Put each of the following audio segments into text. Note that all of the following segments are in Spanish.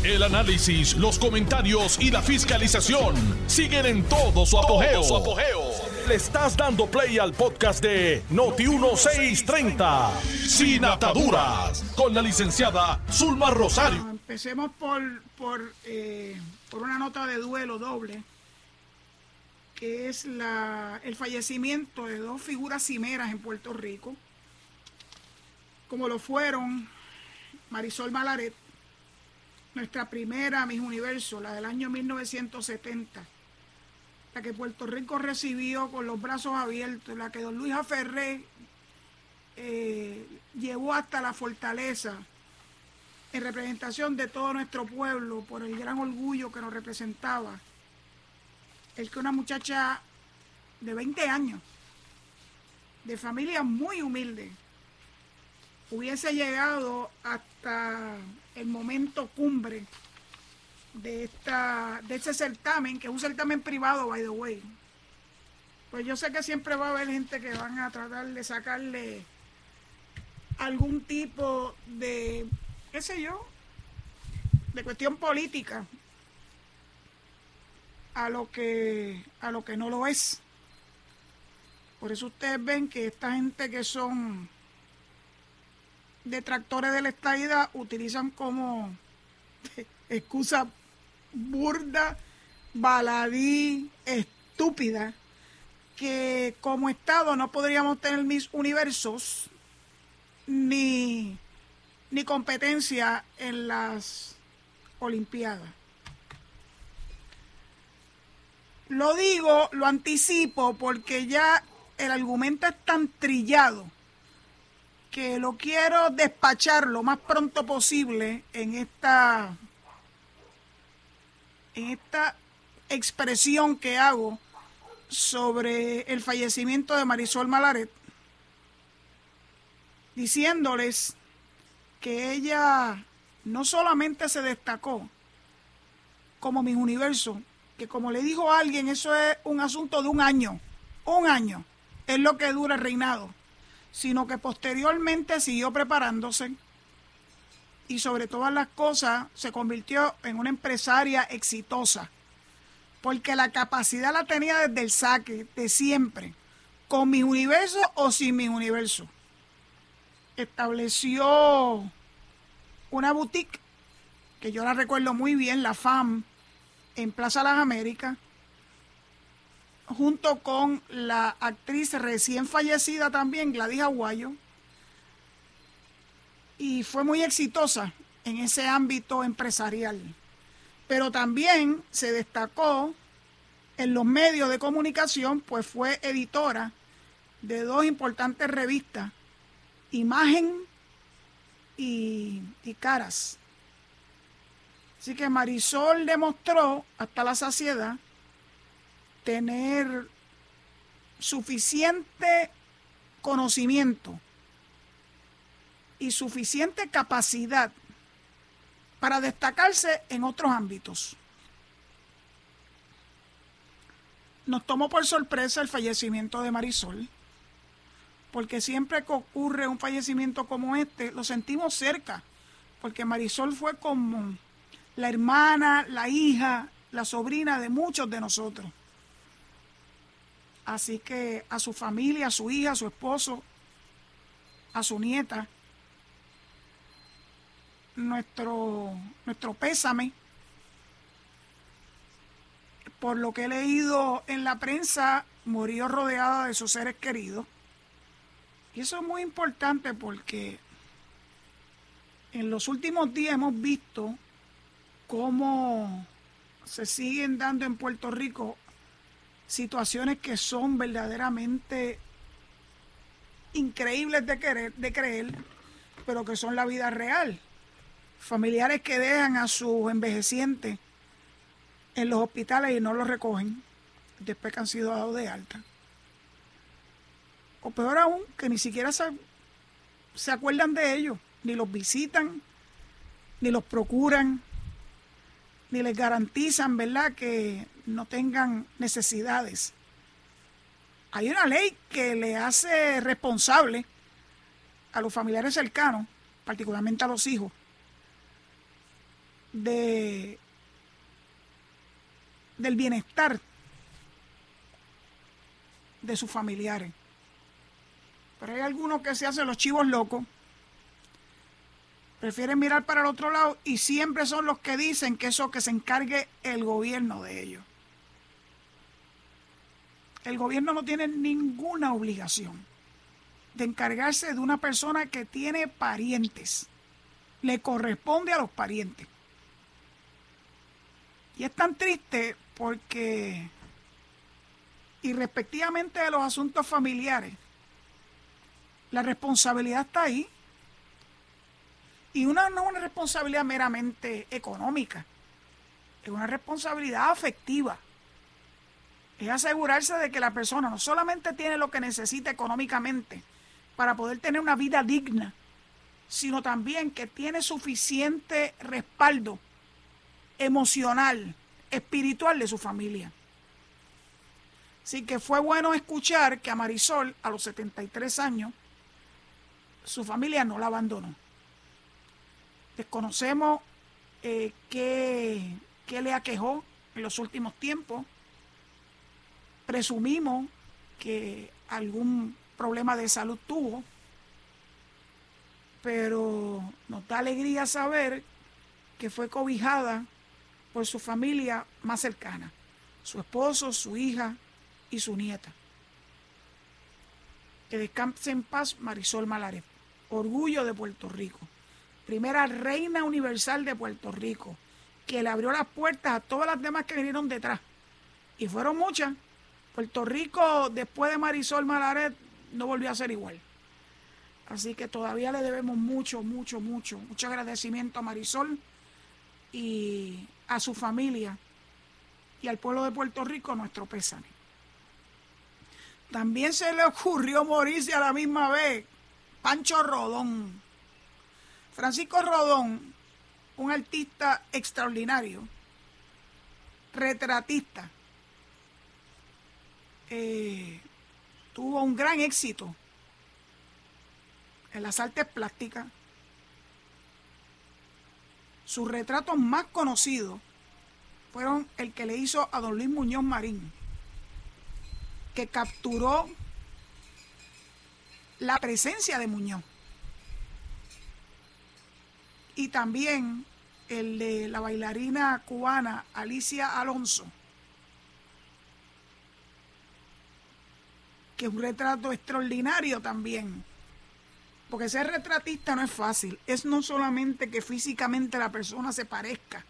El análisis, los comentarios y la fiscalización siguen en todo su apogeo. Le estás dando play al podcast de Noti1630, Sin Ataduras, con la licenciada Zulma Rosario. Empecemos por una nota de duelo doble, que es el fallecimiento de dos figuras cimeras en Puerto Rico, como lo fueron Marisol Malaret, nuestra primera Miss Universo, la del año 1970, la que Puerto Rico recibió con los brazos abiertos, la que don Luis Aferré llevó hasta la fortaleza en representación de todo nuestro pueblo, por el gran orgullo que nos representaba, el que una muchacha de 20 años, de familia muy humilde, hubiese llegado hasta el momento cumbre de ese certamen, que es un certamen privado, by the way. Pues yo sé que siempre va a haber gente que van a tratar de sacarle algún tipo de, qué sé yo, de cuestión política a lo que no lo es. Por eso ustedes ven que esta gente que son detractores de la estadidad utilizan como excusa burda, baladí, estúpida, que como Estado no podríamos tener mis universos ni competencia en las Olimpiadas. Lo digo, lo anticipo, porque ya el argumento es tan trillado que lo quiero despachar lo más pronto posible en esta expresión que hago sobre el fallecimiento de Marisol Malaret, diciéndoles que ella no solamente se destacó como Miss Universo, que como le dijo alguien, eso es un asunto de un año es lo que dura el reinado, sino que posteriormente siguió preparándose y sobre todas las cosas se convirtió en una empresaria exitosa, porque la capacidad la tenía desde el saque, de siempre, con Miss Universo o sin Miss Universo. Estableció una boutique, que yo la recuerdo muy bien, la FAM, en Plaza Las Américas, junto con la actriz recién fallecida también, Gladys Aguayo, y fue muy exitosa en ese ámbito empresarial. Pero también se destacó en los medios de comunicación, pues fue editora de dos importantes revistas, Imagen y Caras. Así que Marisol demostró hasta la saciedad tener suficiente conocimiento y suficiente capacidad para destacarse en otros ámbitos. Nos tomó por sorpresa el fallecimiento de Marisol, porque siempre que ocurre un fallecimiento como este, lo sentimos cerca, porque Marisol fue como la hermana, la hija, la sobrina de muchos de nosotros. Así que a su familia, a su hija, a su esposo, a su nieta, nuestro pésame. Por lo que he leído en la prensa, murió rodeada de sus seres queridos. Y eso es muy importante porque en los últimos días hemos visto cómo se siguen dando en Puerto Rico situaciones que son verdaderamente increíbles de creer, pero que son la vida real. Familiares que dejan a sus envejecientes en los hospitales y no los recogen después que han sido dados de alta. O peor aún, que ni siquiera se acuerdan de ellos, ni los visitan, ni los procuran, ni les garantizan, ¿verdad?, que no tengan necesidades. Hay una ley que le hace responsable a los familiares cercanos, particularmente a los hijos, del bienestar de sus familiares. Pero hay algunos que se hacen los chivos locos, prefieren mirar para el otro lado y siempre son los que dicen que eso que se encargue el gobierno de ellos. El gobierno no tiene ninguna obligación de encargarse de una persona que tiene parientes. Le corresponde a los parientes. Y es tan triste porque, irrespectivamente de los asuntos familiares, la responsabilidad está ahí. Y no es una responsabilidad meramente económica, es una responsabilidad afectiva. Es asegurarse de que la persona no solamente tiene lo que necesita económicamente para poder tener una vida digna, sino también que tiene suficiente respaldo emocional, espiritual de su familia. Así que fue bueno escuchar que a Marisol, a los 73 años, su familia no la abandonó. Desconocemos qué le aquejó en los últimos tiempos. Presumimos que algún problema de salud tuvo, pero nos da alegría saber que fue cobijada por su familia más cercana, su esposo, su hija y su nieta. Que descanse en paz Marisol Malaret, orgullo de Puerto Rico, primera reina universal de Puerto Rico, que le abrió las puertas a todas las demás que vinieron detrás, y fueron muchas. Puerto Rico, después de Marisol Malaret, no volvió a ser igual. Así que todavía le debemos mucho agradecimiento a Marisol y a su familia y al pueblo de Puerto Rico nuestro pésame. También se le ocurrió morirse a la misma vez Pancho Rodón. Francisco Rodón, un artista extraordinario, retratista, tuvo un gran éxito en las artes plásticas. Sus retratos más conocidos fueron el que le hizo a don Luis Muñoz Marín, que capturó la presencia de Muñoz, y también el de la bailarina cubana Alicia Alonso, que es un retrato extraordinario también, porque ser retratista no es fácil. Es no solamente que físicamente la persona se parezca,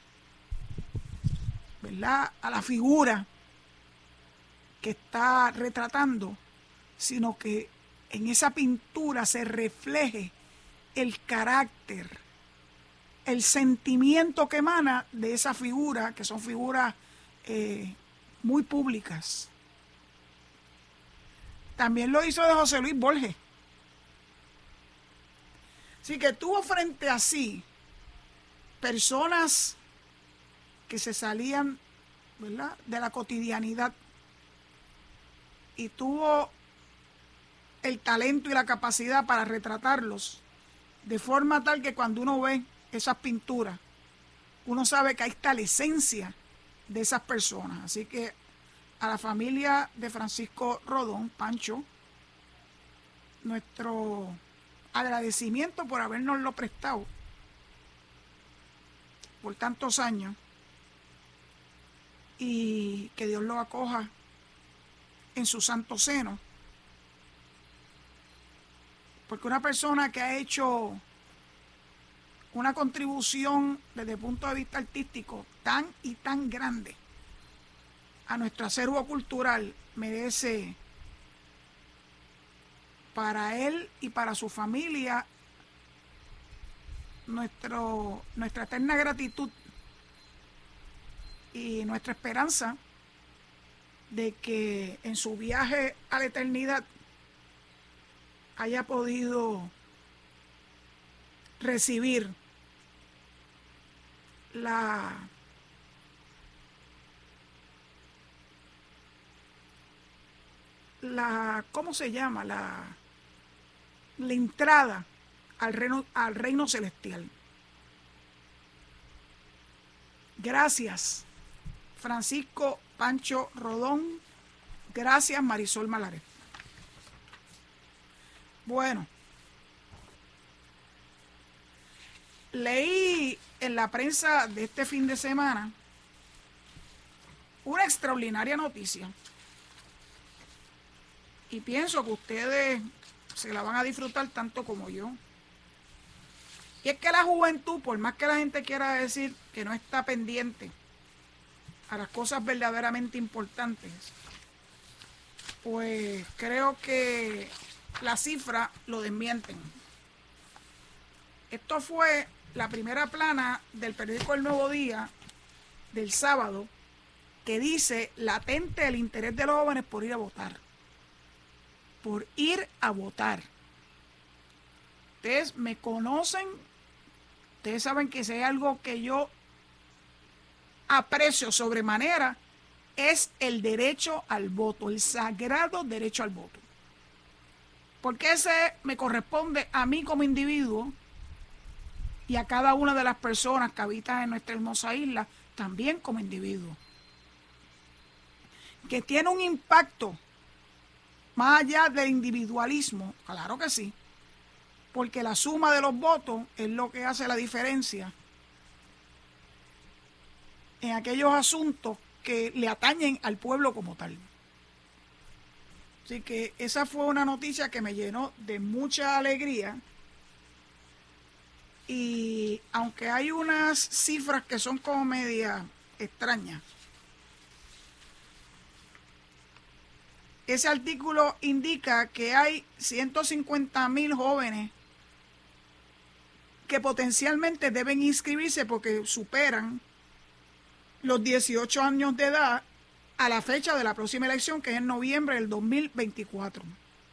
¿verdad?, a la figura que está retratando, sino que en esa pintura se refleje el carácter, el sentimiento que emana de esa figura, que son figuras muy públicas. También lo hizo de José Luis Borges. Así que tuvo frente a sí personas que se salían, ¿verdad?, de la cotidianidad, y tuvo el talento y la capacidad para retratarlos de forma tal que cuando uno ve esas pinturas, uno sabe que ahí está la esencia de esas personas. Así que a la familia de Francisco Rodón, Pancho, nuestro agradecimiento por habernoslo prestado por tantos años, y que Dios lo acoja en su santo seno, porque una persona que ha hecho una contribución desde el punto de vista artístico tan y tan grande a nuestro acervo cultural merece para él y para su familia nuestra eterna gratitud y nuestra esperanza de que en su viaje a la eternidad haya podido recibir ¿cómo se llama? La entrada al reino celestial. Gracias, Francisco Pancho Rodón. Gracias, Marisol Malaret. Bueno, leí en la prensa de este fin de semana una extraordinaria noticia y pienso que ustedes se la van a disfrutar tanto como yo. Y es que la juventud, por más que la gente quiera decir que no está pendiente a las cosas verdaderamente importantes, pues creo que las cifras lo desmienten. Esto fue la primera plana del periódico El Nuevo Día del sábado, que dice: latente el interés de los jóvenes por ir a votar. Por ir a votar. Ustedes me conocen, ustedes saben que si hay algo que yo aprecio sobremanera, es el derecho al voto, el sagrado derecho al voto. Porque ese me corresponde a mí como individuo y a cada una de las personas que habitan en nuestra hermosa isla, también como individuo. Que tiene un impacto más allá del individualismo, claro que sí, porque la suma de los votos es lo que hace la diferencia en aquellos asuntos que le atañen al pueblo como tal. Así que esa fue una noticia que me llenó de mucha alegría. Y aunque hay unas cifras que son como media extrañas, ese artículo indica que hay 150,000 jóvenes que potencialmente deben inscribirse porque superan los 18 años de edad a la fecha de la próxima elección, que es en noviembre del 2024.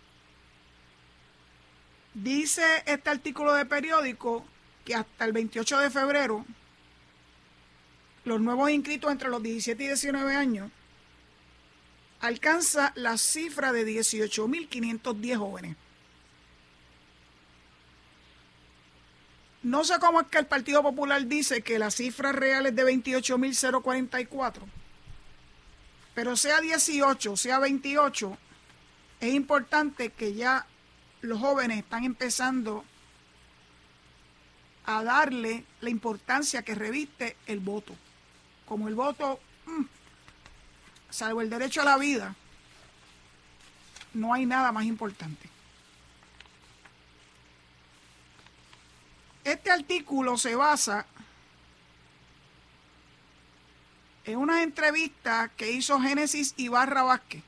Dice este artículo de periódico que hasta el 28 de febrero los nuevos inscritos entre los 17 y 19 años alcanza la cifra de 18,510 jóvenes. No sé cómo es que el Partido Popular dice que la cifra real es de 28,044, pero sea 18, sea 28, es importante que ya los jóvenes están empezando a darle la importancia que reviste el voto. Como el voto, salvo el derecho a la vida, no hay nada más importante. Este artículo se basa en una entrevista que hizo Génesis Ibarra Vázquez,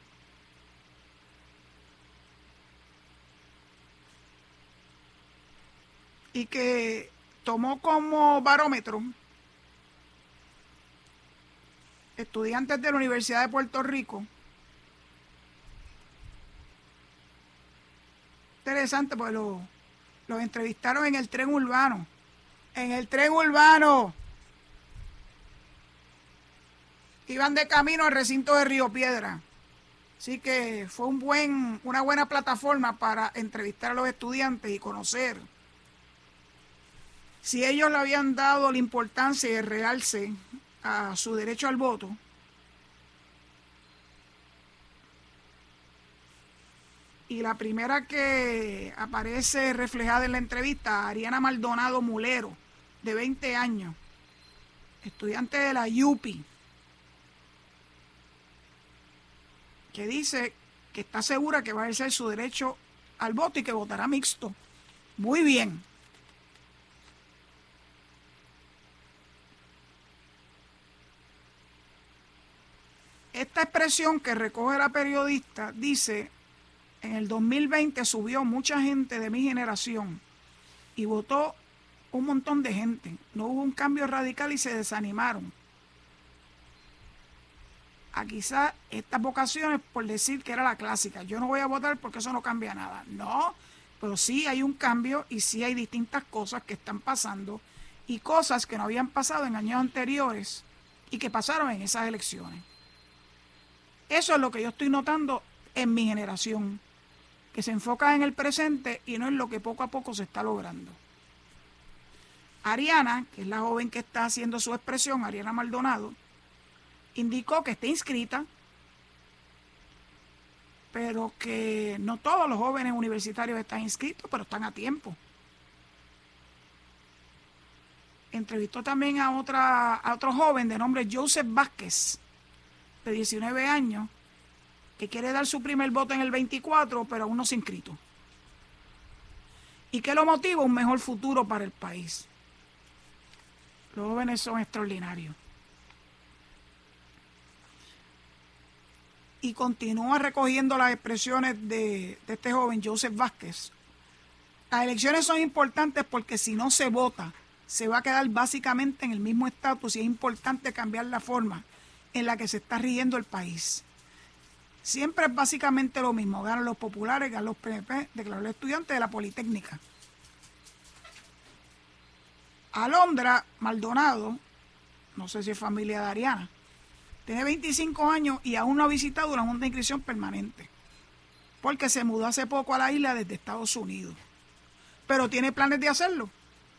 y que tomó como barómetro estudiantes de la Universidad de Puerto Rico. Interesante, pues los entrevistaron en el tren urbano. En el tren urbano. Iban de camino al recinto de Río Piedra. Así que fue una buena plataforma para entrevistar a los estudiantes y conocer si ellos le habían dado la importancia y el realce a su derecho al voto. Y la primera que aparece reflejada en la entrevista, Ariana Maldonado Mulero, de 20 años, estudiante de la UPI, que dice que está segura que va a ejercer su derecho al voto y que votará mixto. Muy bien. Esta expresión que recoge la periodista dice: en el 2020 subió mucha gente de mi generación y votó un montón de gente. No hubo un cambio radical y se desanimaron. A quizás estas vocaciones por decir que era la clásica: yo no voy a votar porque eso no cambia nada. No, pero sí hay un cambio y sí hay distintas cosas que están pasando y cosas que no habían pasado en años anteriores y que pasaron en esas elecciones. Eso es lo que yo estoy notando en mi generación, que se enfoca en el presente y no en lo que poco a poco se está logrando. Ariana, que es la joven que está haciendo su expresión, Ariana Maldonado, indicó que está inscrita, pero que no todos los jóvenes universitarios están inscritos, pero están a tiempo. Entrevistó también a otro joven de nombre Joseph Vázquez, de 19 años, que quiere dar su primer voto en el 24, pero aún no se ha inscrito. ¿Y qué lo motiva? Un mejor futuro para el país. Los jóvenes son extraordinarios. Y continúa recogiendo las expresiones de este joven, Joseph Vázquez. Las elecciones son importantes porque si no se vota, se va a quedar básicamente en el mismo estatus y es importante cambiar la forma en la que se está rigiendo el país. Siempre es básicamente lo mismo, ganan los populares, ganan los PNP, declaró el estudiante de la Politécnica. Alondra Maldonado, no sé si es familia de Ariana, tiene 25 años y aún no ha visitado una junta de inscripción permanente, porque se mudó hace poco a la isla desde Estados Unidos, pero tiene planes de hacerlo.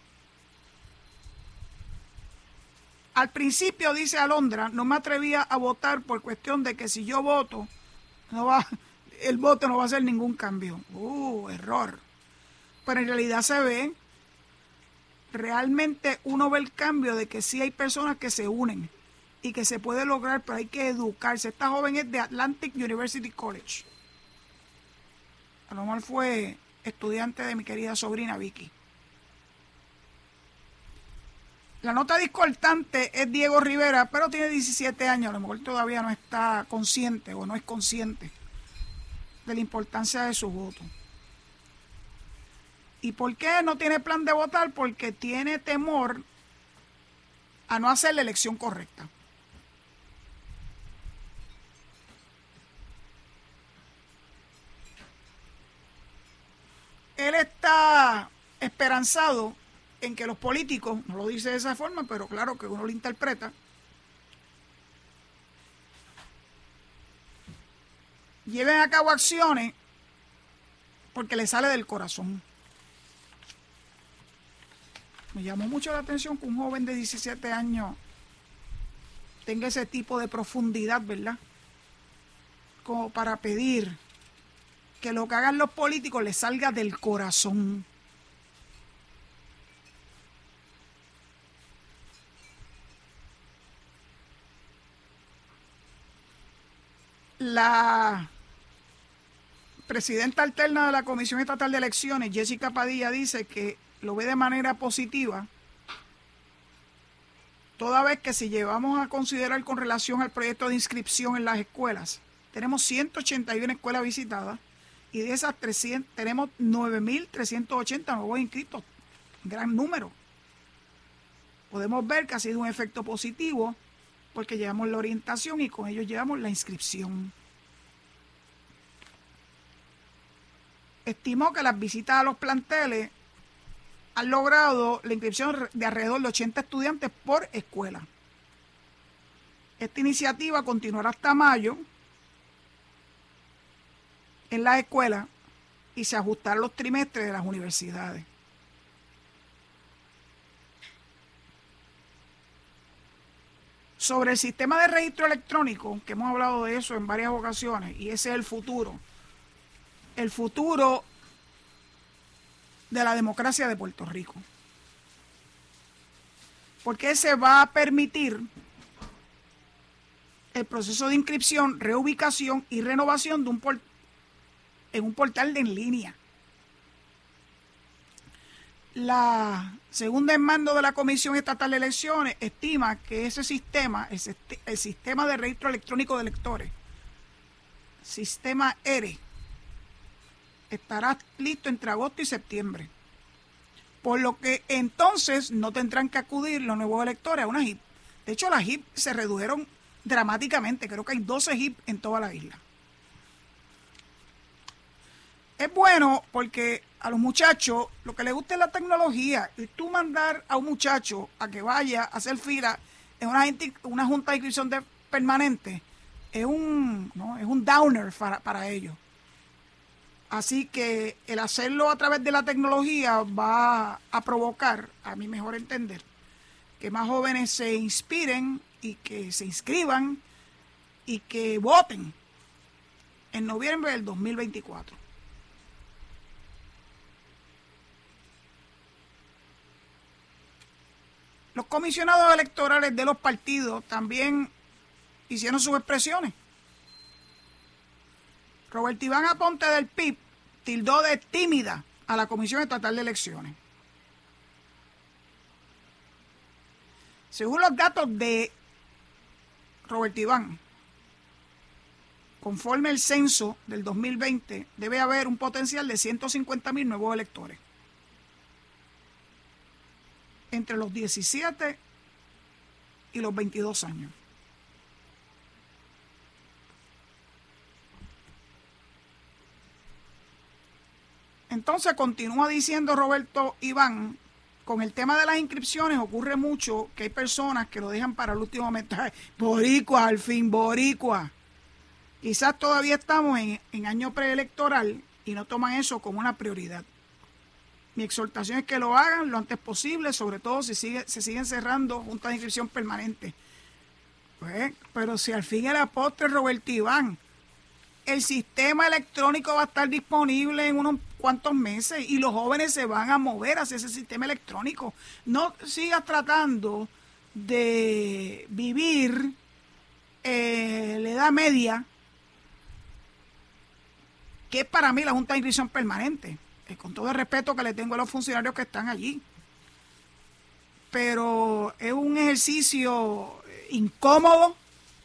Al principio, dice Alondra, no me atrevía a votar por cuestión de que si yo voto, el voto no va a hacer ningún cambio. Error. Pero en realidad se ve, realmente uno ve el cambio de que sí hay personas que se unen y que se puede lograr, pero hay que educarse. Esta joven es de Atlantic University College. A lo mejor fue estudiante de mi querida sobrina Vicky. La nota discordante es Diego Rivera, pero tiene 17 años, a lo mejor todavía no está consciente o no es consciente de la importancia de su voto. ¿Y por qué no tiene plan de votar? Porque tiene temor a no hacer la elección correcta. Él está esperanzado en que los políticos, no lo dice de esa forma, pero claro que uno lo interpreta, lleven a cabo acciones porque le sale del corazón. Me llamó mucho la atención que un joven de 17 años tenga ese tipo de profundidad, ¿verdad? Como para pedir que lo que hagan los políticos les salga del corazón. La presidenta alterna de la Comisión Estatal de Elecciones, Jessica Padilla, dice que lo ve de manera positiva, toda vez que si llevamos a considerar con relación al proyecto de inscripción en las escuelas, tenemos 181 escuelas visitadas y de esas 300 tenemos 9.380 nuevos inscritos, gran número. Podemos ver que ha sido un efecto positivo porque llevamos la orientación y con ello llevamos la inscripción. Estimó que las visitas a los planteles han logrado la inscripción de alrededor de 80 estudiantes por escuela. Esta iniciativa continuará hasta mayo en las escuelas y se ajustarán los trimestres de las universidades. Sobre el sistema de registro electrónico, que hemos hablado de eso en varias ocasiones, y ese es el futuro de la democracia de Puerto Rico. Porque se va a permitir el proceso de inscripción, reubicación y renovación de en un portal en línea. La segunda en mando de la Comisión Estatal de Elecciones estima que ese sistema, el sistema de registro electrónico de electores, sistema ERE, estará listo entre agosto y septiembre. Por lo que entonces no tendrán que acudir los nuevos electores a una HIP. De hecho, las HIP se redujeron dramáticamente. Creo que hay 12 HIP en toda la isla. Es bueno porque a los muchachos lo que les gusta es la tecnología. Y tú mandar a un muchacho a que vaya a hacer fila en una junta de inscripción permanente es un downer para ellos. Así que el hacerlo a través de la tecnología va a provocar, a mi mejor entender, que más jóvenes se inspiren y que se inscriban y que voten en noviembre del 2024. Los comisionados electorales de los partidos también hicieron sus expresiones. Robert Iván Aponte del PIB tildó de tímida a la Comisión Estatal de Elecciones. Según los datos de Robert Iván, conforme el censo del 2020, debe haber un potencial de 150,000 nuevos electores entre los 17 y los 22 años. Entonces continúa diciendo Roberto Iván, con el tema de las inscripciones ocurre mucho que hay personas que lo dejan para el último momento. Boricua, al fin, boricua. Quizás todavía estamos en año preelectoral y no toman eso como una prioridad. Mi exhortación es que lo hagan lo antes posible, sobre todo si se siguen cerrando juntas de inscripción permanente. Pues, pero si al fin y al postre, Roberto Iván, el sistema electrónico va a estar disponible en unos cuantos meses y los jóvenes se van a mover hacia ese sistema electrónico. No sigas tratando de vivir la edad media, que es para mí la Junta de Inscripción Permanente, con todo el respeto que le tengo a los funcionarios que están allí. Pero es un ejercicio incómodo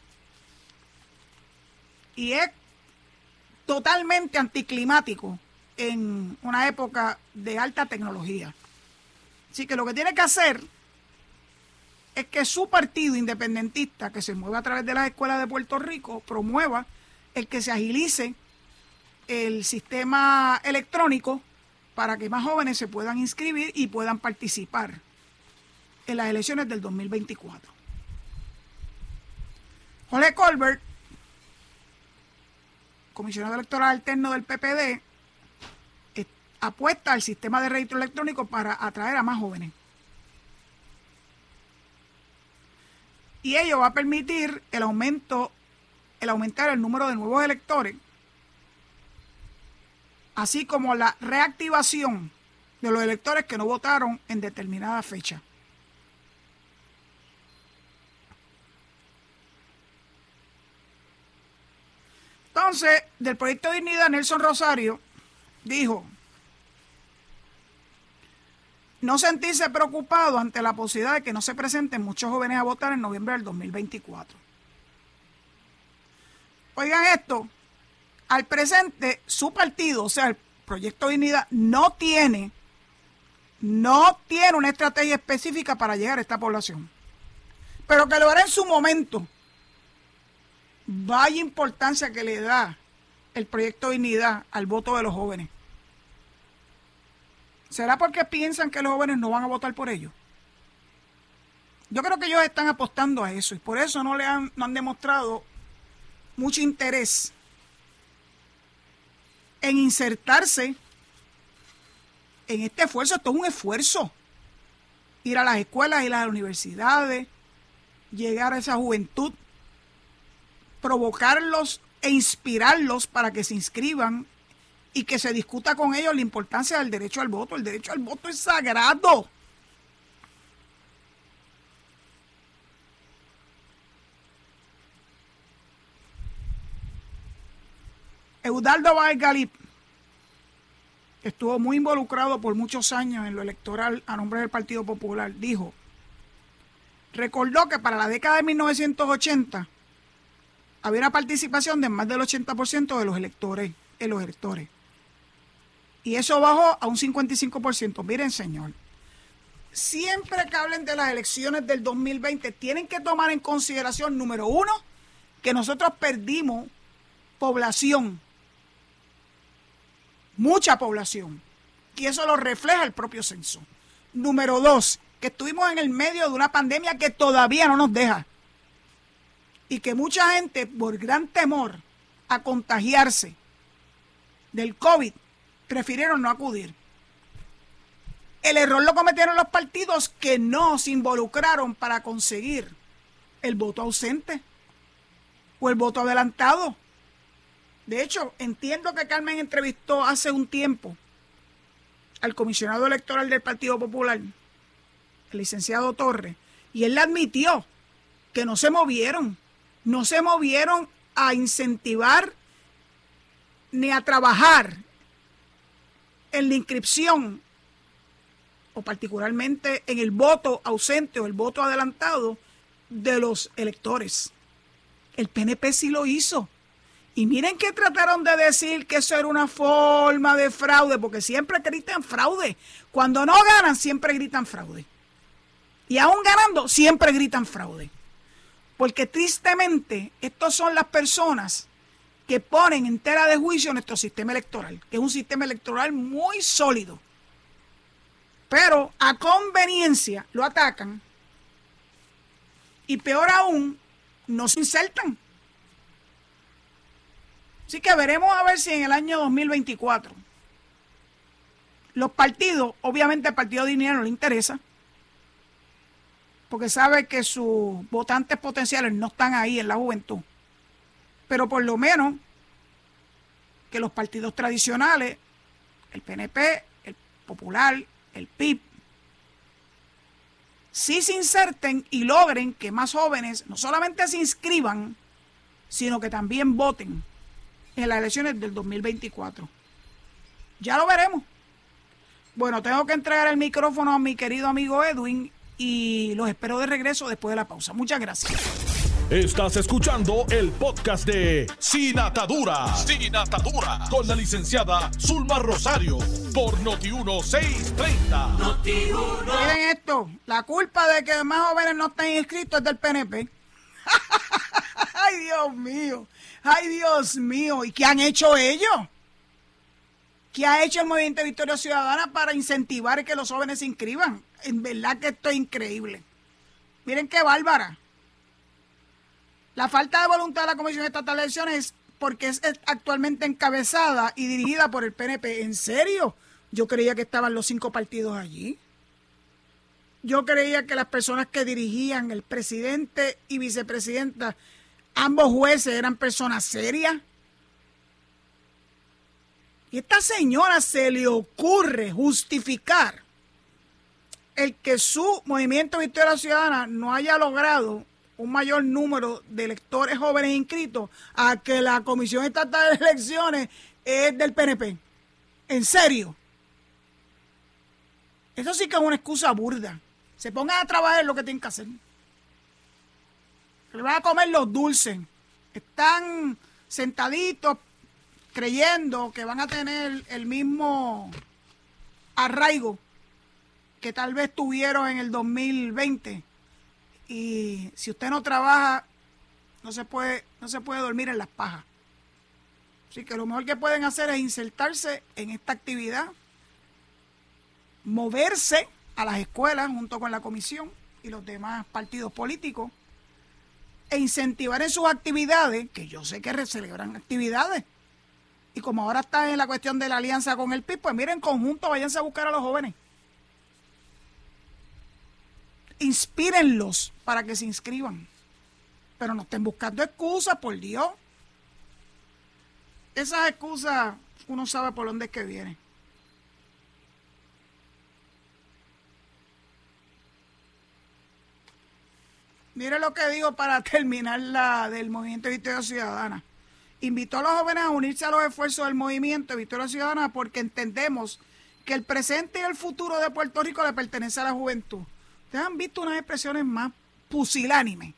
y es totalmente anticlimático en una época de alta tecnología. Así que lo que tiene que hacer es que su partido independentista, que se mueve a través de las escuelas de Puerto Rico, promueva el que se agilice el sistema electrónico para que más jóvenes se puedan inscribir y puedan participar en las elecciones del 2024. Jorge Colbert, comisionado electoral alterno del PPD, apuesta al sistema de registro electrónico para atraer a más jóvenes. Y ello va a permitir el aumentar el número de nuevos electores, así como la reactivación de los electores que no votaron en determinada fecha. Entonces, del Proyecto de Dignidad, Nelson Rosario dijo: no sentirse preocupado ante la posibilidad de que no se presenten muchos jóvenes a votar en noviembre del 2024. Oigan esto, al presente su partido, o sea, el Proyecto de Dignidad, no tiene una estrategia específica para llegar a esta población, pero que lo hará en su momento. Vaya importancia que le da el Proyecto de Dignidad al voto de los jóvenes. ¿Será porque piensan que los jóvenes no van a votar por ellos? Yo creo que ellos están apostando a eso y por eso no han demostrado mucho interés en insertarse en este esfuerzo. Esto es un esfuerzo. Ir a las escuelas, ir a las universidades, llegar a esa juventud, provocarlos e inspirarlos para que se inscriban y que se discuta con ellos la importancia del derecho al voto. El derecho al voto es sagrado. Eudaldo Báez Galip, que estuvo muy involucrado por muchos años en lo electoral a nombre del Partido Popular, recordó que para la década de 1980 había una participación de más del 80% de los electores en los electores. Y eso bajó a un 55%. Miren, señor, siempre que hablen de las elecciones del 2020, tienen que tomar en consideración, número uno, que nosotros perdimos población, mucha población, y eso lo refleja el propio censo. Número dos, que estuvimos en el medio de una pandemia que todavía no nos deja, y que mucha gente, por gran temor a contagiarse, del COVID prefirieron no acudir. El error lo cometieron los partidos que no se involucraron para conseguir el voto ausente o el voto adelantado. De hecho, entiendo que Carmen entrevistó hace un tiempo al comisionado electoral del Partido Popular, el licenciado Torres, y él le admitió que no se movieron a incentivar ni a trabajar en la inscripción o particularmente en el voto ausente o el voto adelantado de los electores. El PNP sí lo hizo. Y miren que trataron de decir que eso era una forma de fraude, porque siempre gritan fraude. Cuando no ganan, siempre gritan fraude. Y aún ganando, siempre gritan fraude. Porque tristemente, estos son las personas que ponen en tela de juicio nuestro sistema electoral, que es un sistema electoral muy sólido. Pero a conveniencia lo atacan y peor aún, no se insertan. Así que veremos a ver si en el año 2024 los partidos, obviamente al Partido Dignidad no le interesa, porque sabe que sus votantes potenciales no están ahí en la juventud, pero por lo menos que los partidos tradicionales, el PNP, el Popular, el PIB, sí se inserten y logren que más jóvenes no solamente se inscriban, sino que también voten en las elecciones del 2024. Ya lo veremos. Bueno, tengo que entregar el micrófono a mi querido amigo Edwin y los espero de regreso después de la pausa. Muchas gracias. Estás escuchando el podcast de Sin Ataduras. Sin Ataduras. Con la licenciada Zulma Rosario. Por Noti1 630. Miren esto. La culpa de que más jóvenes no estén inscritos es del PNP. ¡Ay, Dios mío! ¡Ay, Dios mío! ¿Y qué han hecho ellos? ¿Qué ha hecho el Movimiento Victoria Ciudadana para incentivar que los jóvenes se inscriban? En verdad que esto es increíble. Miren qué bárbara. La falta de voluntad de la Comisión Estatal de Elecciones porque es actualmente encabezada y dirigida por el PNP. ¿En serio? Yo creía que estaban los 5 partidos allí. Yo creía que las personas que dirigían, el presidente y vicepresidenta, ambos jueces eran personas serias. Y a esta señora se le ocurre justificar el que su Movimiento Victoria Ciudadana no haya logrado un mayor número de electores jóvenes inscritos a que la Comisión Estatal de Elecciones es del PNP. ¿En serio? Eso sí que es una excusa burda. Se pongan a trabajar lo que tienen que hacer. Le van a comer los dulces. Están sentaditos creyendo que van a tener el mismo arraigo que tal vez tuvieron en el 2020. Y si usted no trabaja, no se puede dormir en las pajas. Así que lo mejor que pueden hacer es insertarse en esta actividad, moverse a las escuelas junto con la comisión y los demás partidos políticos e incentivar en sus actividades, que yo sé que celebran actividades. Y como ahora está en la cuestión de la alianza con el PIB, pues miren, en conjunto váyanse a buscar a los jóvenes. Inspírenlos para que se inscriban. Pero no estén buscando excusas, por Dios. Esas excusas, uno sabe por dónde es que vienen. Mire lo que digo para terminar la del Movimiento Victoria Ciudadana. Invitó a los jóvenes a unirse a los esfuerzos del Movimiento Victoria Ciudadana porque entendemos que el presente y el futuro de Puerto Rico le pertenece a la juventud. Ustedes han visto unas expresiones más pusilánimes.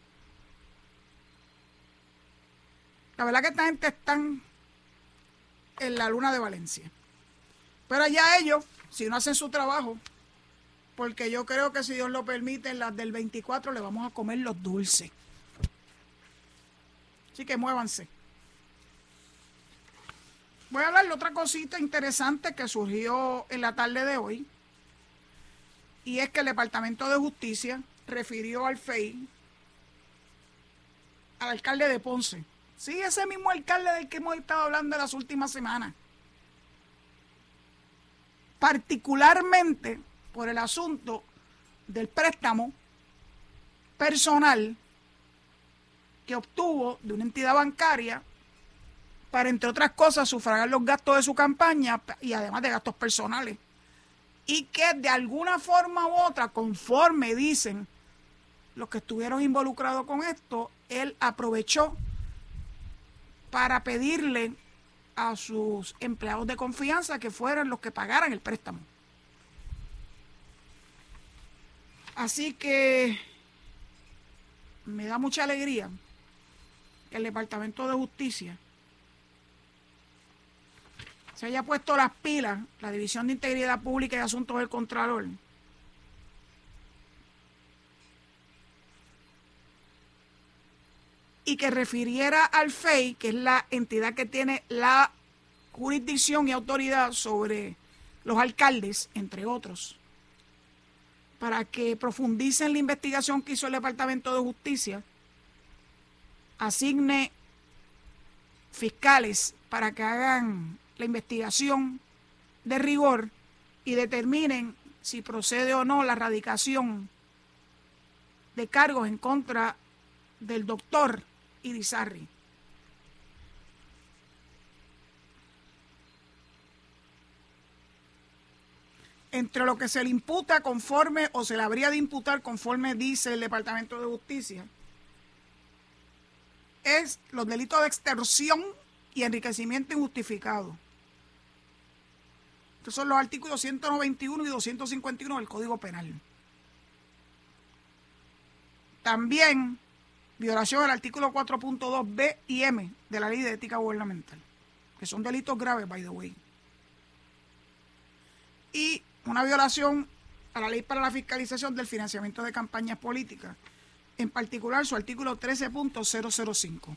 La verdad que esta gente están en la luna de Valencia. Pero allá ellos, si no hacen su trabajo, porque yo creo que si Dios lo permite, en las del 24 le vamos a comer los dulces. Así que muévanse. Voy a hablar de otra cosita interesante que surgió en la tarde de hoy. Y es que el Departamento de Justicia refirió al FEI, al alcalde de Ponce. Sí, ese mismo alcalde del que hemos estado hablando en las últimas semanas. particularmente por el asunto del préstamo personal que obtuvo de una entidad bancaria para, entre otras cosas, sufragar los gastos de su campaña y además de gastos personales. Y que de alguna forma u otra, conforme dicen los que estuvieron involucrados con esto, él aprovechó para pedirle a sus empleados de confianza que fueran los que pagaran el préstamo. Así que me da mucha alegría que el Departamento de Justicia se haya puesto las pilas, la División de Integridad Pública y Asuntos del Contralor, y que refiriera al FEI, que es la entidad que tiene la jurisdicción y autoridad sobre los alcaldes, entre otros, para que profundicen la investigación que hizo el Departamento de Justicia, asigne fiscales para que hagan la investigación de rigor y determinen si procede o no la radicación de cargos en contra del doctor Irizarry. Entre lo que se le imputa conforme, o se le habría de imputar conforme dice el Departamento de Justicia, es los delitos de extorsión y enriquecimiento injustificado. Estos son los artículos 191 y 251 del Código Penal. También violación al artículo 4.2b y m de la Ley de Ética Gubernamental, que son delitos graves, by the way. Y una violación a la Ley para la Fiscalización del Financiamiento de Campañas Políticas, en particular su artículo 13.005.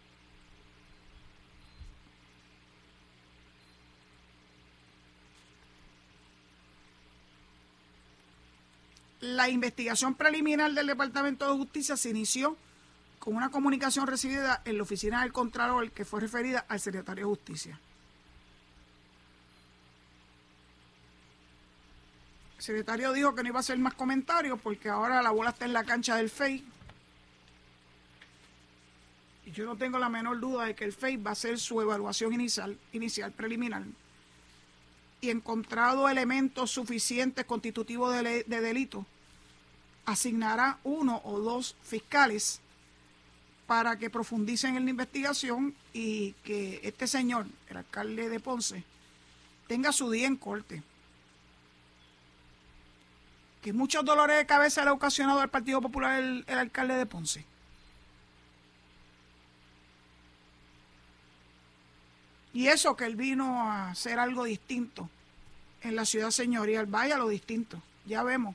La investigación preliminar del Departamento de Justicia se inició con una comunicación recibida en la oficina del Contralor que fue referida al Secretario de Justicia. El secretario dijo que no iba a hacer más comentarios porque ahora la bola está en la cancha del FEI. Y yo no tengo la menor duda de que el FEI va a hacer su evaluación inicial preliminar. Y encontrado elementos suficientes constitutivos de delito, asignará 1 o 2 fiscales para que profundicen en la investigación y que este señor, el alcalde de Ponce, tenga su día en corte. Que muchos dolores de cabeza le ha ocasionado al Partido Popular el alcalde de Ponce. Y eso que él vino a hacer algo distinto en la ciudad señorial. Vaya lo distinto, ya vemos.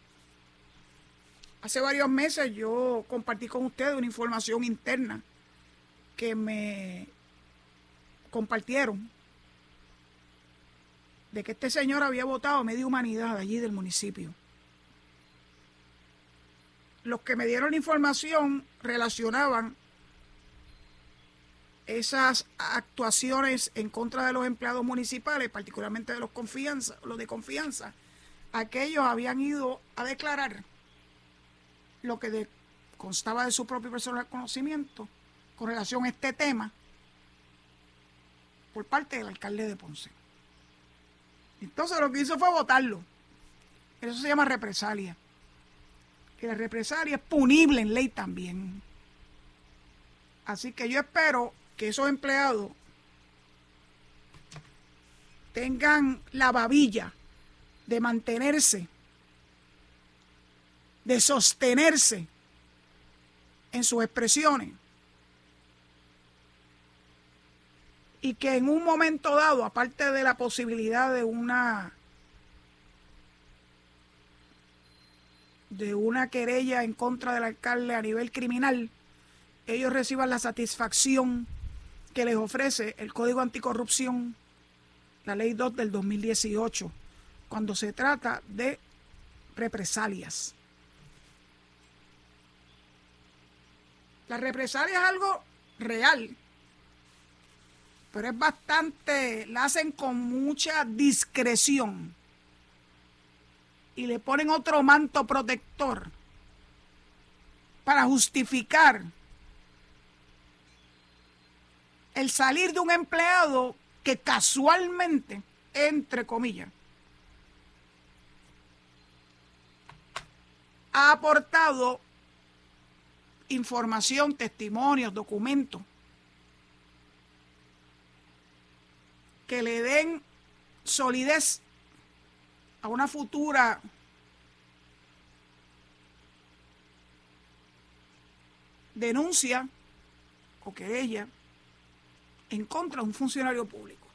Hace varios meses yo compartí con ustedes una información interna que me compartieron de que este señor había votado a media humanidad allí del municipio. Los que me dieron la información relacionaban esas actuaciones en contra de los empleados municipales, particularmente de los de confianza, aquellos habían ido a declarar lo que constaba de su propio personal conocimiento con relación a este tema por parte del alcalde de Ponce. Entonces lo que hizo fue votarlo. Eso se llama represalia. Que la represalia es punible en ley también. Así que yo espero que esos empleados tengan la babilla de mantenerse, de sostenerse en sus expresiones, y que en un momento dado, aparte de la posibilidad de una querella en contra del alcalde a nivel criminal, ellos reciban la satisfacción que les ofrece el Código Anticorrupción, la Ley 2 del 2018, cuando se trata de represalias. La represalia es algo real, pero es bastante, la hacen con mucha discreción. y le ponen otro manto protector para justificar el salir de un empleado que casualmente, entre comillas, ha aportado información, testimonios, documentos que le den solidez a una futura denuncia o querella en contra de un funcionario público.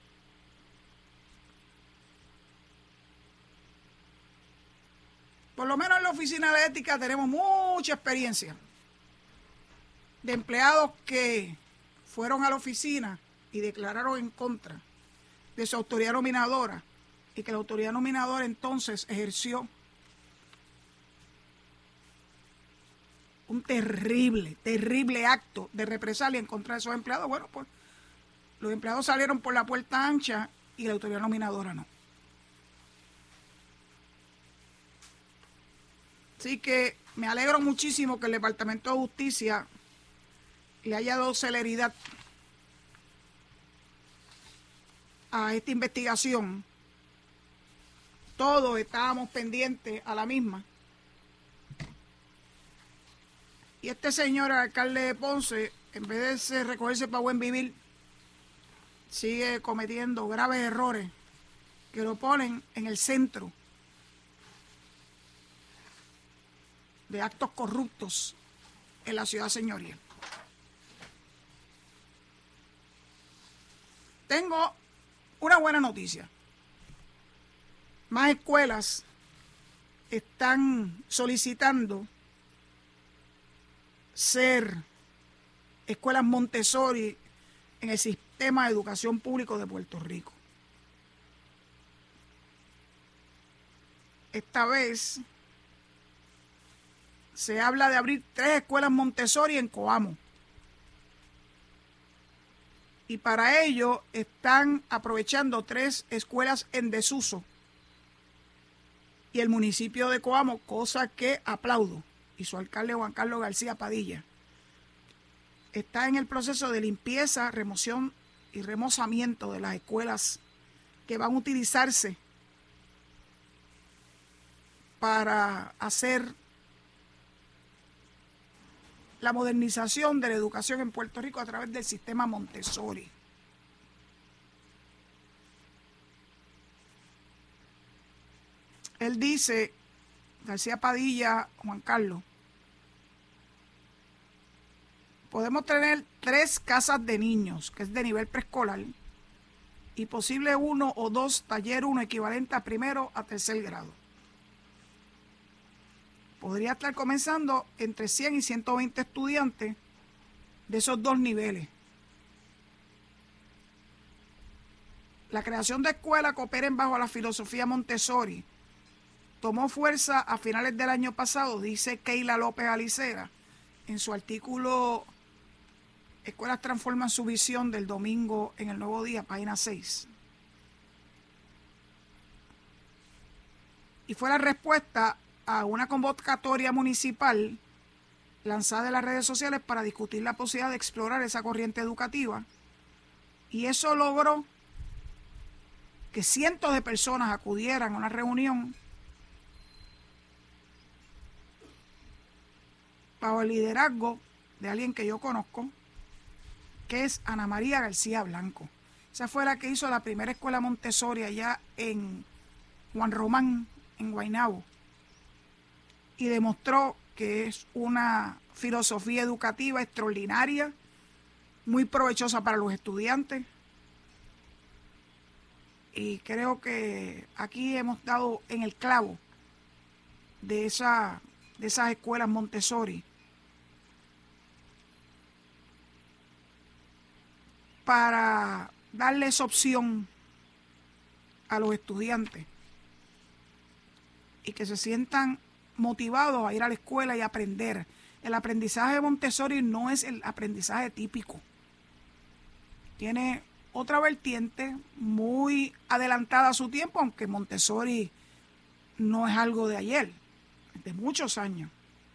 Por lo menos en la oficina de ética tenemos mucha experiencia de empleados que fueron a la oficina y declararon en contra de su autoridad nominadora y que la autoridad nominadora entonces ejerció un terrible acto de represalia en contra de esos empleados. Bueno, pues los empleados salieron por la puerta ancha y la autoridad nominadora no. Así que me alegro muchísimo que el Departamento de Justicia le haya dado celeridad a esta investigación. Todos estábamos pendientes a la misma. Y este señor, el alcalde de Ponce, en vez de recogerse para buen vivir, sigue cometiendo graves errores que lo ponen en el centro de actos corruptos en la ciudad señorial. Tengo una buena noticia. Más escuelas están solicitando ser escuelas Montessori en el sistema de educación público de Puerto Rico. Esta vez se habla de abrir 3 escuelas Montessori en Coamo. Y para ello están aprovechando 3 escuelas en desuso. Y el municipio de Coamo, cosa que aplaudo, y su alcalde Juan Carlos García Padilla, está en el proceso de limpieza, remoción y remozamiento de las escuelas que van a utilizarse para hacer la modernización de la educación en Puerto Rico a través del sistema Montessori. Él dice, García Padilla, Juan Carlos, podemos tener 3 casas de niños, que es de nivel preescolar, y posible 1 o 2 taller 1 equivalente a primero a tercer grado. Podría estar comenzando entre 100 y 120 estudiantes de esos 2 niveles. La creación de escuelas que operen bajo la filosofía Montessori tomó fuerza a finales del año pasado, dice Keila López Alicera, en su artículo Escuelas transforman su visión del domingo en El Nuevo Día, página 6. Y fue la respuesta a una convocatoria municipal lanzada en las redes sociales para discutir la posibilidad de explorar esa corriente educativa. Y eso logró que cientos de personas acudieran a una reunión bajo el liderazgo de alguien que yo conozco, que es Ana María García Blanco. Esa fue la que hizo la primera escuela Montessori allá en Juan Román, en Guaynabo, y demostró que es una filosofía educativa extraordinaria, muy provechosa para los estudiantes. Y creo que aquí hemos dado en el clavo de esas escuelas Montessori para darles opción a los estudiantes y que se sientan motivados a ir a la escuela y aprender. El aprendizaje de Montessori no es el aprendizaje típico. Tiene otra vertiente muy adelantada a su tiempo, aunque Montessori no es algo de ayer, es de muchos años.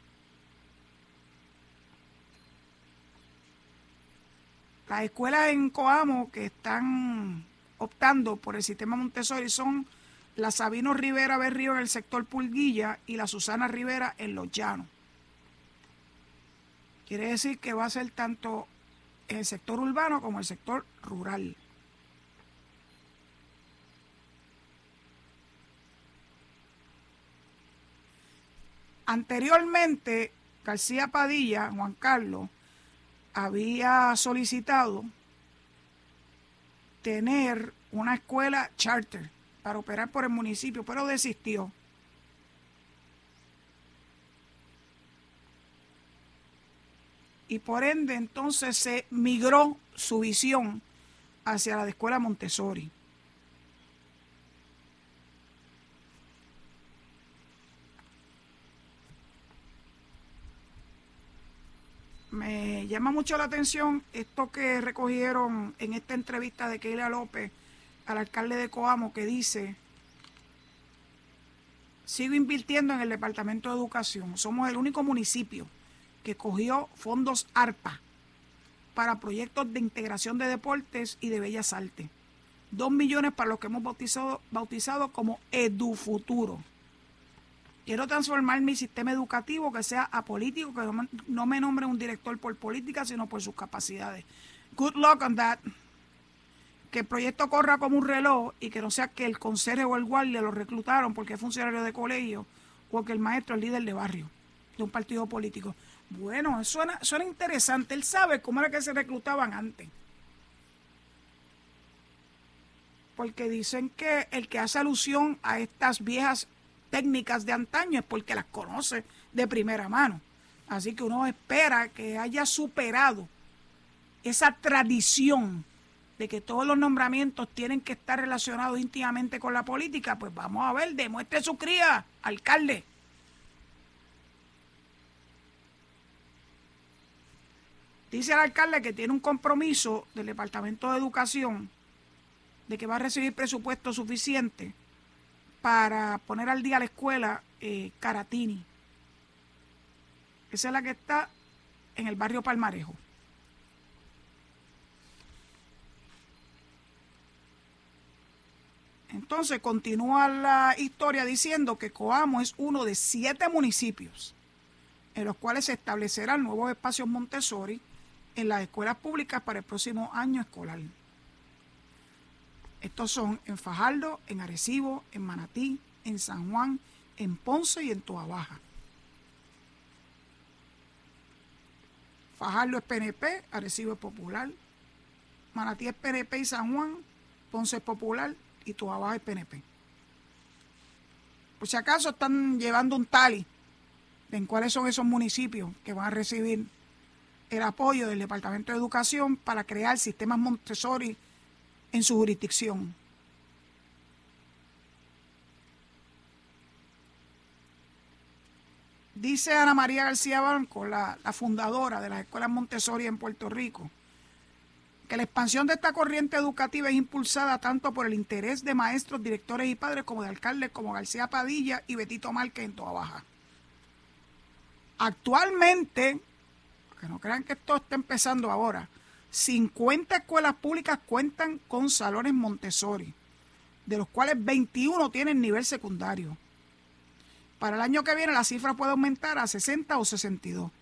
Las escuelas en Coamo que están optando por el sistema Montessori son la Sabino Rivera Berrío en el sector Pulguilla y la Susana Rivera en Los Llanos. Quiere decir que va a ser tanto en el sector urbano como en el sector rural. Anteriormente, García Padilla, Juan Carlos, había solicitado tener una escuela charter para operar por el municipio, pero desistió. Y por ende entonces se migró su visión hacia la de escuela Montessori. Me llama mucho la atención esto que recogieron en esta entrevista de Keila López al alcalde de Coamo, que dice: sigo invirtiendo en el Departamento de Educación. Somos el único municipio que cogió fondos ARPA para proyectos de integración de deportes y de bellas artes. 2 millones para los que hemos bautizado como EduFuturo. Quiero transformar mi sistema educativo que sea apolítico, que no me nombre un director por política, sino por sus capacidades. Good luck on that. Que el proyecto corra como un reloj y que no sea que el conserje o el guardia lo reclutaron porque es funcionario de colegio o que el maestro es líder de barrio de un partido político. Bueno, suena interesante. Él sabe cómo era que se reclutaban antes. Porque dicen que el que hace alusión a estas viejas técnicas de antaño es porque las conoce de primera mano. Así que uno espera que haya superado esa tradición de que todos los nombramientos tienen que estar relacionados íntimamente con la política. Pues vamos a ver, demuestre su cría, alcalde. Dice el alcalde que tiene un compromiso del Departamento de Educación de que va a recibir presupuesto suficiente para poner al día la escuela Caratini. Esa es la que está en el barrio Palmarejo. Entonces continúa la historia diciendo que Coamo es uno de 7 municipios en los cuales se establecerán nuevos espacios Montessori en las escuelas públicas para el próximo año escolar. Estos son en Fajardo, en Arecibo, en Manatí, en San Juan, en Ponce y en Toabaja. Fajardo es PNP, Arecibo es popular, Manatí es PNP y San Juan, Ponce es popular y Toabaja es PNP. Por si acaso están llevando un tally de en cuáles son esos municipios que van a recibir el apoyo del Departamento de Educación para crear sistemas Montessori en su jurisdicción. Dice Ana María García Banco, la fundadora de las escuelas Montessori en Puerto Rico, que la expansión de esta corriente educativa es impulsada tanto por el interés de maestros, directores y padres como de alcaldes como García Padilla y Betito Márquez en Toabaja. Actualmente, que no crean que esto está empezando ahora, 50 escuelas públicas cuentan con salones Montessori, de los cuales 21 tienen nivel secundario. Para el año que viene la cifra puede aumentar a 60 o 62.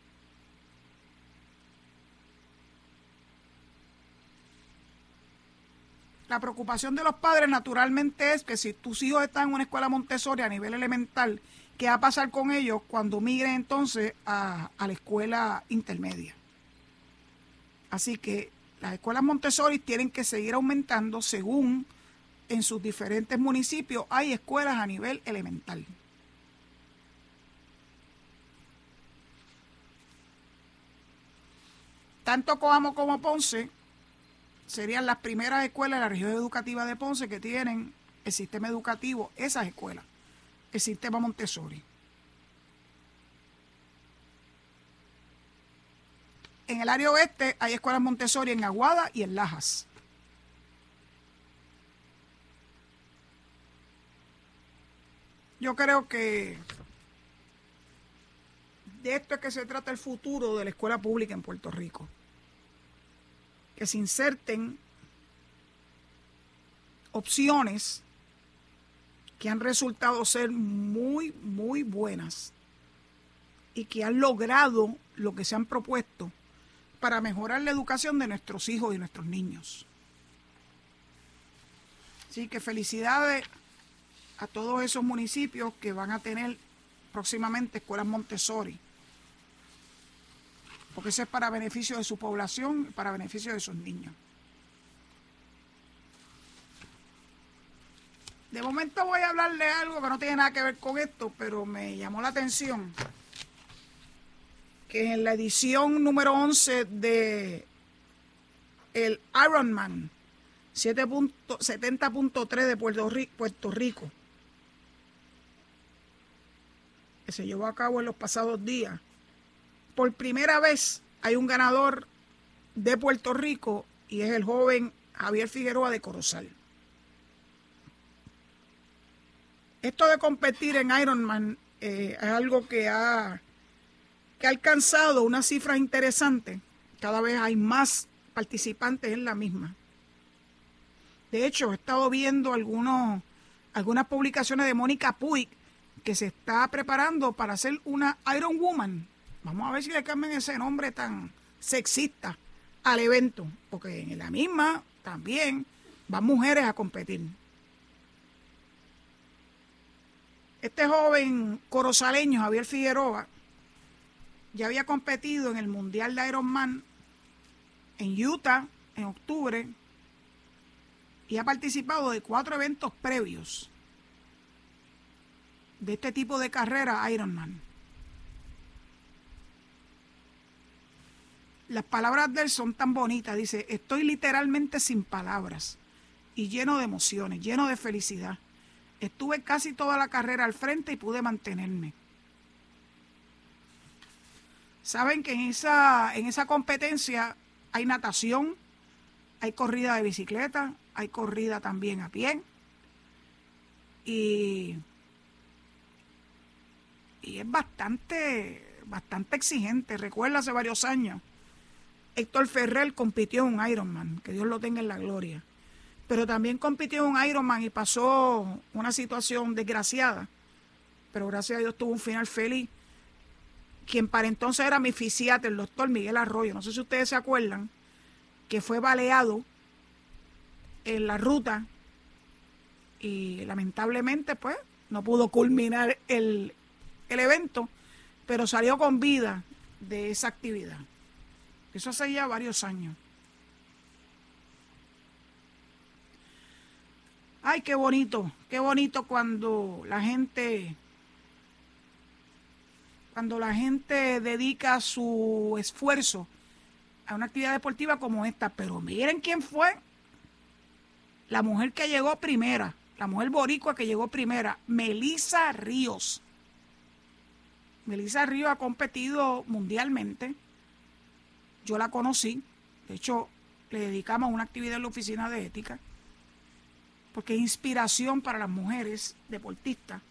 La preocupación de los padres naturalmente es que si tus hijos están en una escuela Montessori a nivel elemental, ¿qué va a pasar con ellos cuando migren entonces a la escuela intermedia? Así que las escuelas Montessori tienen que seguir aumentando según en sus diferentes municipios hay escuelas a nivel elemental. Tanto Coamo como Ponce serían las primeras escuelas de la región educativa de Ponce que tienen el sistema educativo, esas escuelas, el sistema Montessori. En el área oeste hay escuelas Montessori en Aguada y en Lajas. Yo creo que de esto es que se trata el futuro de la escuela pública en Puerto Rico. Que se inserten opciones que han resultado ser muy, muy buenas y que han logrado lo que se han propuesto para mejorar la educación de nuestros hijos y nuestros niños. Así que felicidades a todos esos municipios que van a tener próximamente escuelas Montessori, porque eso es para beneficio de su población y para beneficio de sus niños. De momento voy a hablarle de algo que no tiene nada que ver con esto, pero me llamó la atención que en la edición número 11 de el Ironman 70.3 de Puerto Rico, que se llevó a cabo en los pasados días, por primera vez hay un ganador de Puerto Rico y es el joven Javier Figueroa de Corozal. Esto de competir en Ironman es algo que ha alcanzado unas cifras interesantes. Cada vez hay más participantes en la misma. De hecho, he estado viendo algunas publicaciones de Mónica Puig que se está preparando para hacer una Iron Woman. Vamos a ver si le cambian ese nombre tan sexista al evento, porque en la misma también van mujeres a competir. Este joven corozaleño, Javier Figueroa, ya había competido en el Mundial de Ironman en Utah en octubre y ha participado de 4 eventos previos de este tipo de carrera Ironman. Las palabras de él son tan bonitas. Dice: estoy literalmente sin palabras y lleno de emociones, lleno de felicidad. Estuve casi toda la carrera al frente y pude mantenerme. Saben que en esa competencia hay natación, hay corrida de bicicleta, hay corrida también a pie. Y es bastante exigente. Recuerdo hace varios años, Héctor Ferrer compitió en un Ironman, que Dios lo tenga en la gloria. Pero también compitió en un Ironman y pasó una situación desgraciada. Pero gracias a Dios tuvo un final feliz. Quien para entonces era mi fisiatra, el doctor Miguel Arroyo. No sé si ustedes se acuerdan, que fue baleado en la ruta y lamentablemente pues no pudo culminar el evento, pero salió con vida de esa actividad. Eso hace ya varios años. Ay, qué bonito cuando la gente dedica su esfuerzo a una actividad deportiva como esta. Pero miren quién fue la mujer que llegó primera, la mujer boricua que llegó primera, Melissa Ríos. Melissa Ríos ha competido mundialmente. Yo la conocí, de hecho le dedicamos una actividad en la oficina de ética, porque es inspiración para las mujeres deportistas.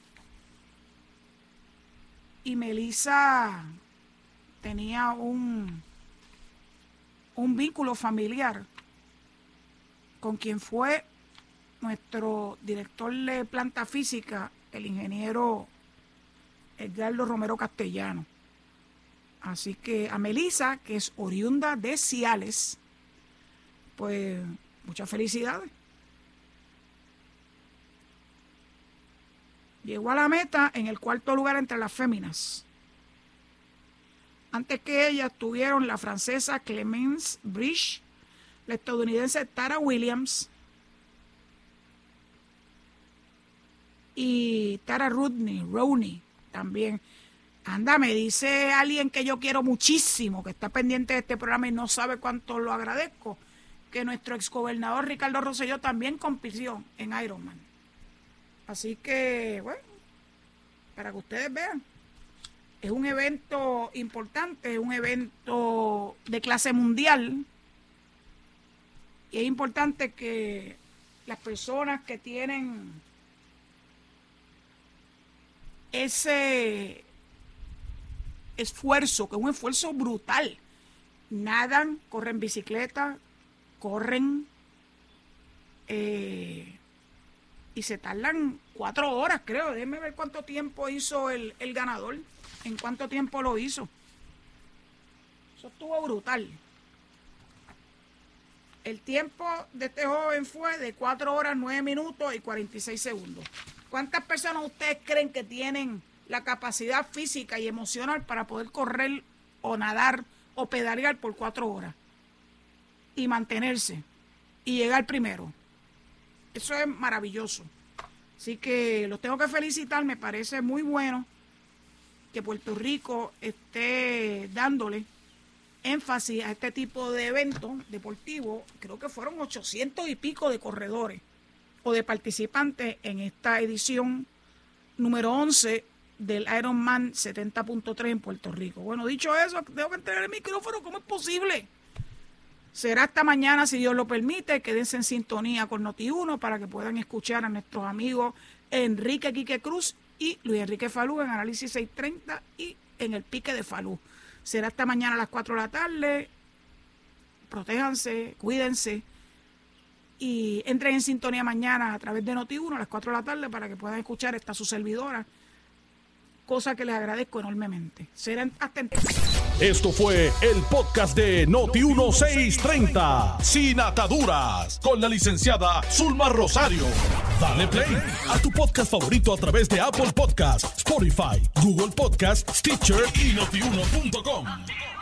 Y Melissa tenía un vínculo familiar con quien fue nuestro director de planta física, el ingeniero Edgardo Romero Castellano. Así que a Melissa, que es oriunda de Ciales, pues muchas felicidades. Llegó a la meta en el 4º lugar entre las féminas. Antes que ella estuvieron la francesa Clemence Bridge, la estadounidense Tara Williams y Tara Rowney también. Anda, me dice alguien que yo quiero muchísimo, que está pendiente de este programa y no sabe cuánto lo agradezco, que nuestro exgobernador Ricardo Rosselló también compitió en Ironman. Así que, bueno, para que ustedes vean, es un evento importante, es un evento de clase mundial y es importante que las personas que tienen ese esfuerzo, que es un esfuerzo brutal. Nadan, corren bicicleta, corren y se tardan 4 horas, creo. Déjenme ver cuánto tiempo hizo el ganador, en cuánto tiempo lo hizo. Eso estuvo brutal. El tiempo de este joven fue de 4 horas, 9 minutos y 46 segundos. ¿Cuántas personas ustedes creen que tienen la capacidad física y emocional para poder correr o nadar o pedalear por 4 horas y mantenerse y llegar primero? Eso es maravilloso. Así que los tengo que felicitar. Me parece muy bueno que Puerto Rico esté dándole énfasis a este tipo de eventos deportivos. Creo que fueron 800 y pico de corredores o de participantes en esta edición número 11 del Ironman 70.3 en Puerto Rico. Bueno, dicho eso, tengo que entregar el micrófono. ¿Cómo es posible? Será hasta mañana, si Dios lo permite. Quédense en sintonía con Noti1 para que puedan escuchar a nuestros amigos Enrique Quique Cruz y Luis Enrique Falú en Análisis 630 y en El Pique de Falú. Será hasta mañana a las 4 de la tarde. Protéjanse, cuídense y entren en sintonía mañana a través de Noti1 a las 4 de la tarde para que puedan escuchar esta su servidora, cosa que les agradezco enormemente. Serán hasta entonces. Esto fue el podcast de Noti1 630, Sin Ataduras, con la licenciada Zulma Rosario. Dale play a tu podcast favorito a través de Apple Podcasts, Spotify, Google Podcasts, Stitcher y Notiuno.com.